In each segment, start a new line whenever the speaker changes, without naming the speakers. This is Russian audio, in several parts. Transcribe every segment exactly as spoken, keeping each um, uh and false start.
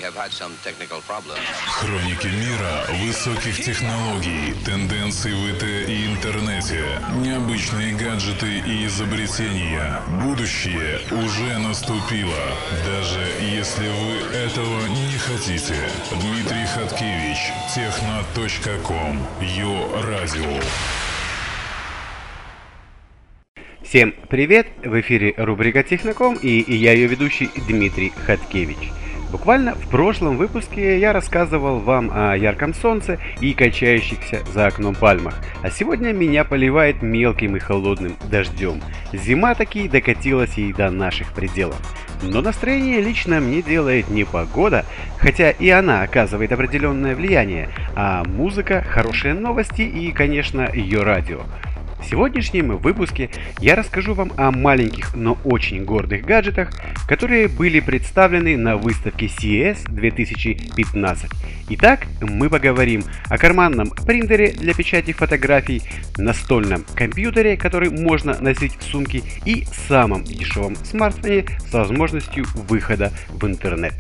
Хроники мира высоких технологий, тенденций в ИТ и интернете, необычные гаджеты и изобретения. Будущее уже наступило, даже если вы этого не хотите. Дмитрий Хаткевич, техно точка ком, Йо Радио.
Всем привет! В эфире рубрика Техноком и я ее ведущий Дмитрий Хаткевич. Буквально в прошлом выпуске я рассказывал вам о ярком солнце и качающихся за окном пальмах, а сегодня меня поливает мелким и холодным дождем. Зима таки докатилась и до наших пределов. Но настроение лично мне делает не погода, хотя и она оказывает определенное влияние, а музыка, хорошие новости и, конечно, ее радио. В сегодняшнем выпуске я расскажу вам о маленьких, но очень гордых гаджетах, которые были представлены на выставке си и эс две тысячи пятнадцать. Итак, мы поговорим о карманном принтере для печати фотографий, настольном компьютере, который можно носить в сумке, и самом дешевом смартфоне с возможностью выхода в интернет.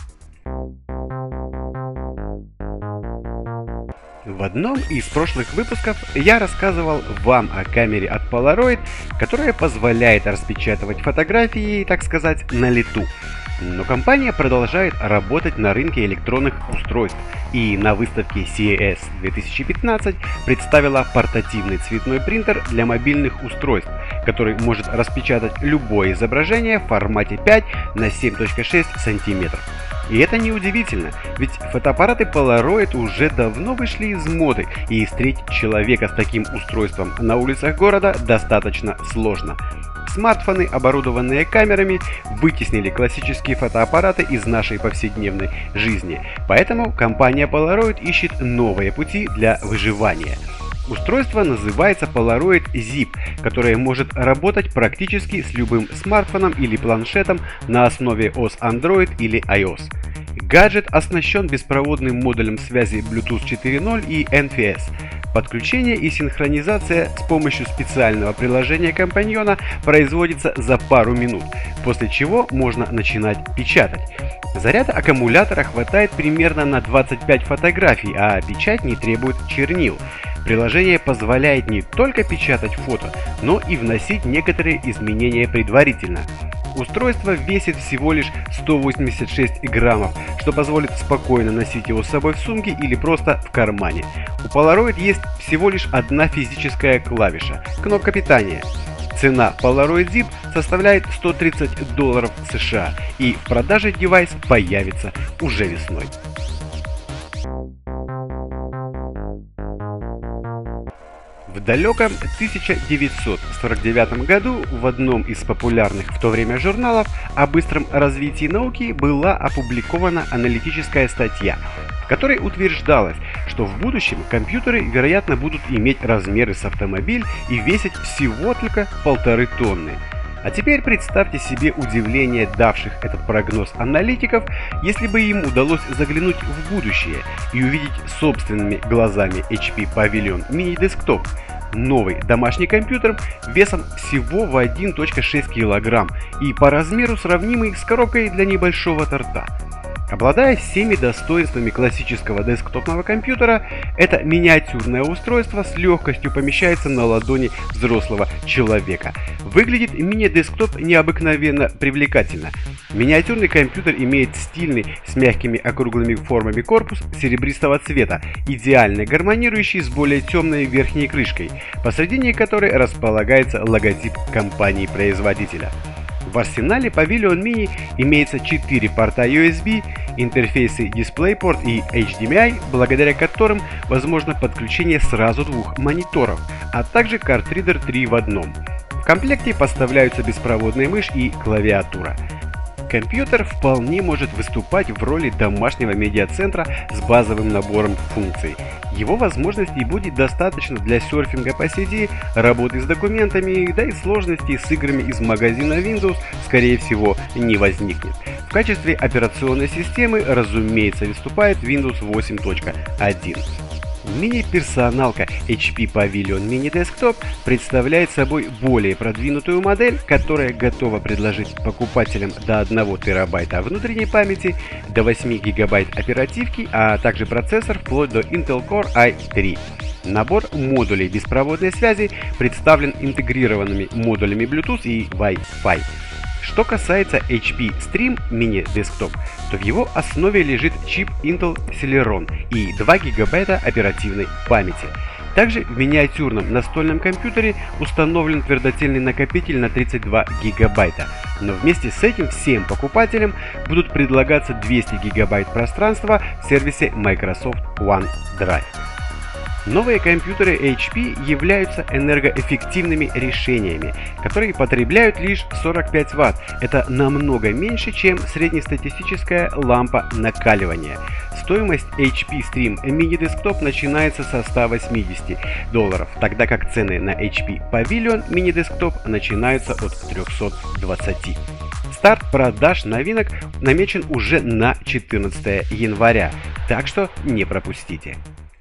В одном из прошлых выпусков я рассказывал вам о камере от Polaroid, которая позволяет распечатывать фотографии, так сказать, на лету. Но компания продолжает работать на рынке электронных устройств и на выставке си и эс две тысячи пятнадцать представила портативный цветной принтер для мобильных устройств, который может распечатать любое изображение в формате пять на семь точка шесть сантиметров. И это неудивительно, ведь фотоаппараты Polaroid уже давно вышли из моды, и встретить человека с таким устройством на улицах города достаточно сложно. Смартфоны, оборудованные камерами, вытеснили классические фотоаппараты из нашей повседневной жизни, поэтому компания Polaroid ищет новые пути для выживания. Устройство называется Polaroid Zip, которое может работать практически с любым смартфоном или планшетом на основе о эс Android или iOS. Гаджет оснащен беспроводным модулем связи Bluetooth четыре ноль и эн эф эс. Подключение и синхронизация с помощью специального приложения компаньона производится за пару минут, после чего можно начинать печатать. Заряда аккумулятора хватает примерно на двадцать пять фотографий, а печать не требует чернил. Приложение позволяет не только печатать фото, но и вносить некоторые изменения предварительно. Устройство весит всего лишь сто восемьдесят шесть граммов, что позволит спокойно носить его с собой в сумке или просто в кармане. У Polaroid есть всего лишь одна физическая клавиша – кнопка питания. Цена Polaroid Zip составляет сто тридцать долларов США, и в продаже девайс появится уже весной. В далеком тысяча девятьсот сорок девятом году в одном из популярных в то время журналов о быстром развитии науки была опубликована аналитическая статья, в которой утверждалось, что в будущем компьютеры, вероятно, будут иметь размеры с автомобиль и весить всего только полторы тонны. А теперь представьте себе удивление давших этот прогноз аналитиков, если бы им удалось заглянуть в будущее и увидеть собственными глазами эйч пи Pavilion Mini Desktop, новый домашний компьютер весом всего в один целых шесть десятых килограмм и по размеру сравнимый с коробкой для небольшого торта. Обладая всеми достоинствами классического десктопного компьютера, это миниатюрное устройство с легкостью помещается на ладони взрослого человека. Выглядит мини-десктоп необыкновенно привлекательно. Миниатюрный компьютер имеет стильный, с мягкими округлыми формами корпус серебристого цвета, идеально гармонирующий с более темной верхней крышкой, посредине которой располагается логотип компании-производителя. В арсенале Pavilion Mini имеется четыре порта ю эс би, интерфейсы DisplayPort и эйч ди эм ай, благодаря которым возможно подключение сразу двух мониторов, а также картридер три в одном. В комплекте поставляются беспроводная мышь и клавиатура. Компьютер вполне может выступать в роли домашнего медиацентра с базовым набором функций. Его возможностей будет достаточно для серфинга по сети, работы с документами, да и сложностей с играми из магазина Windows, скорее всего, не возникнет. В качестве операционной системы, разумеется, выступает Windows восемь точка один. Мини-персоналка эйч пи Pavilion Mini Desktop представляет собой более продвинутую модель, которая готова предложить покупателям до одного терабайта внутренней памяти, до восьми гигабайт оперативки, а также процессор вплоть до Intel Core ай три. Набор модулей беспроводной связи представлен интегрированными модулями Bluetooth и Wi-Fi. Что касается эйч пи Stream Mini Desktop, то в его основе лежит чип Intel Celeron и два гигабайта оперативной памяти. Также в миниатюрном настольном компьютере установлен твердотельный накопитель на тридцать два гигабайта, но вместе с этим всем покупателям будут предлагаться двести гигабайт пространства в сервисе Microsoft OneDrive. Новые компьютеры эйч пи являются энергоэффективными решениями, которые потребляют лишь сорок пять ватт. Это намного меньше, чем среднестатистическая лампа накаливания. Стоимость эйч пи Stream Mini Desktop начинается со ста восьмидесяти долларов, тогда как цены на эйч пи Pavilion Mini Desktop начинаются от трёхсот двадцати. Старт продаж новинок намечен уже на четырнадцатое января, так что не пропустите.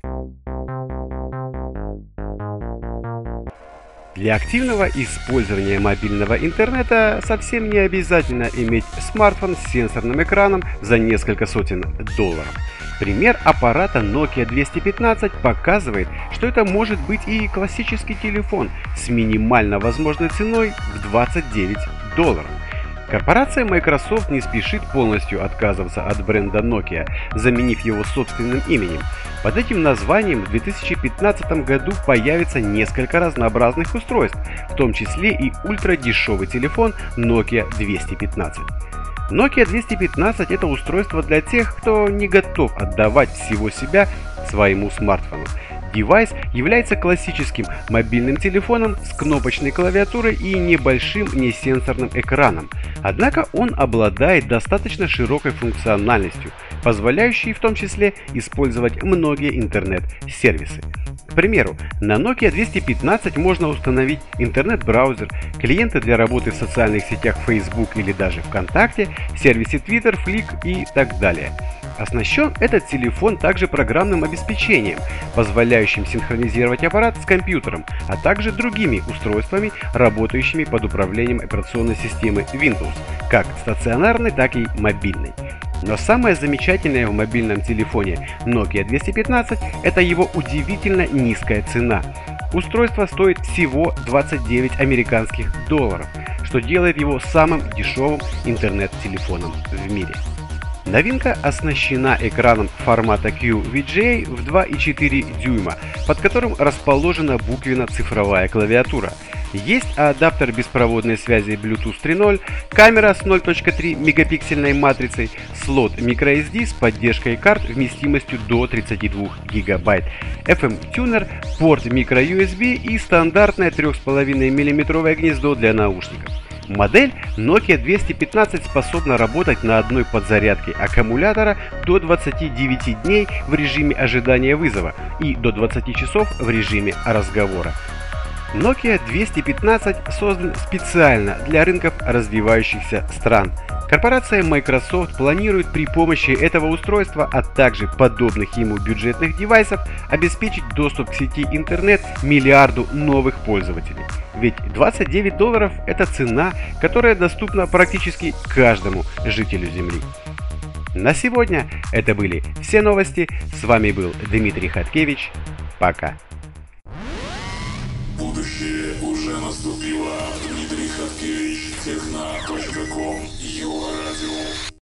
Для активного использования мобильного интернета совсем не обязательно иметь смартфон с сенсорным экраном за несколько сотен долларов. Пример аппарата Nokia двести пятнадцать показывает, что это может быть и классический телефон с минимально возможной ценой в двадцать девять долларов. Корпорация Microsoft не спешит полностью отказываться от бренда Nokia, заменив его собственным именем. Под этим названием в две тысячи пятнадцатом году появится несколько разнообразных устройств, в том числе и ультрадешевый телефон Nokia двести пятнадцать. Nokia двести пятнадцать – это устройство для тех, кто не готов отдавать всего себя своему смартфону. Девайс является классическим мобильным телефоном с кнопочной клавиатурой и небольшим несенсорным экраном, однако он обладает достаточно широкой функциональностью, позволяющей в том числе использовать многие интернет-сервисы. К примеру, на Nokia двести пятнадцать можно установить интернет-браузер, клиенты для работы в социальных сетях Facebook или даже ВКонтакте, сервисы Twitter, Flick и так далее. Оснащен этот телефон также программным обеспечением, позволяющим синхронизировать аппарат с компьютером, а также другими устройствами, работающими под управлением операционной системы Windows, как стационарной, так и мобильной. Но самое замечательное в мобильном телефоне Nokia двести пятнадцать – это его удивительно низкая цена. Устройство стоит всего двадцать девять американских долларов, что делает его самым дешевым интернет-телефоном в мире. Новинка оснащена экраном формата кью ви джи эй в два и четыре дюйма, под которым расположена буквенно-цифровая клавиатура. Есть адаптер беспроводной связи Bluetooth три ноль, камера с ноль целых три мегапиксельной матрицей, слот microSD с поддержкой карт вместимостью до тридцати двух гигабайт, эф эм-тюнер, порт microUSB и стандартное три и пять миллиметровое гнездо для наушников. Модель Nokia двести пятнадцать способна работать на одной подзарядке аккумулятора до двадцати девяти дней в режиме ожидания вызова и до двадцати часов в режиме разговора. Nokia двести пятнадцать создан специально для рынков развивающихся стран. Корпорация Microsoft планирует при помощи этого устройства, а также подобных ему бюджетных девайсов, обеспечить доступ к сети интернет миллиарду новых пользователей. Ведь двадцать девять долларов – это цена, которая доступна практически каждому жителю Земли. На сегодня это были все новости. С вами был Дмитрий Хаткевич. Пока.
Будущее уже наступило. Дмитрий Хаткевич, техно точка ком.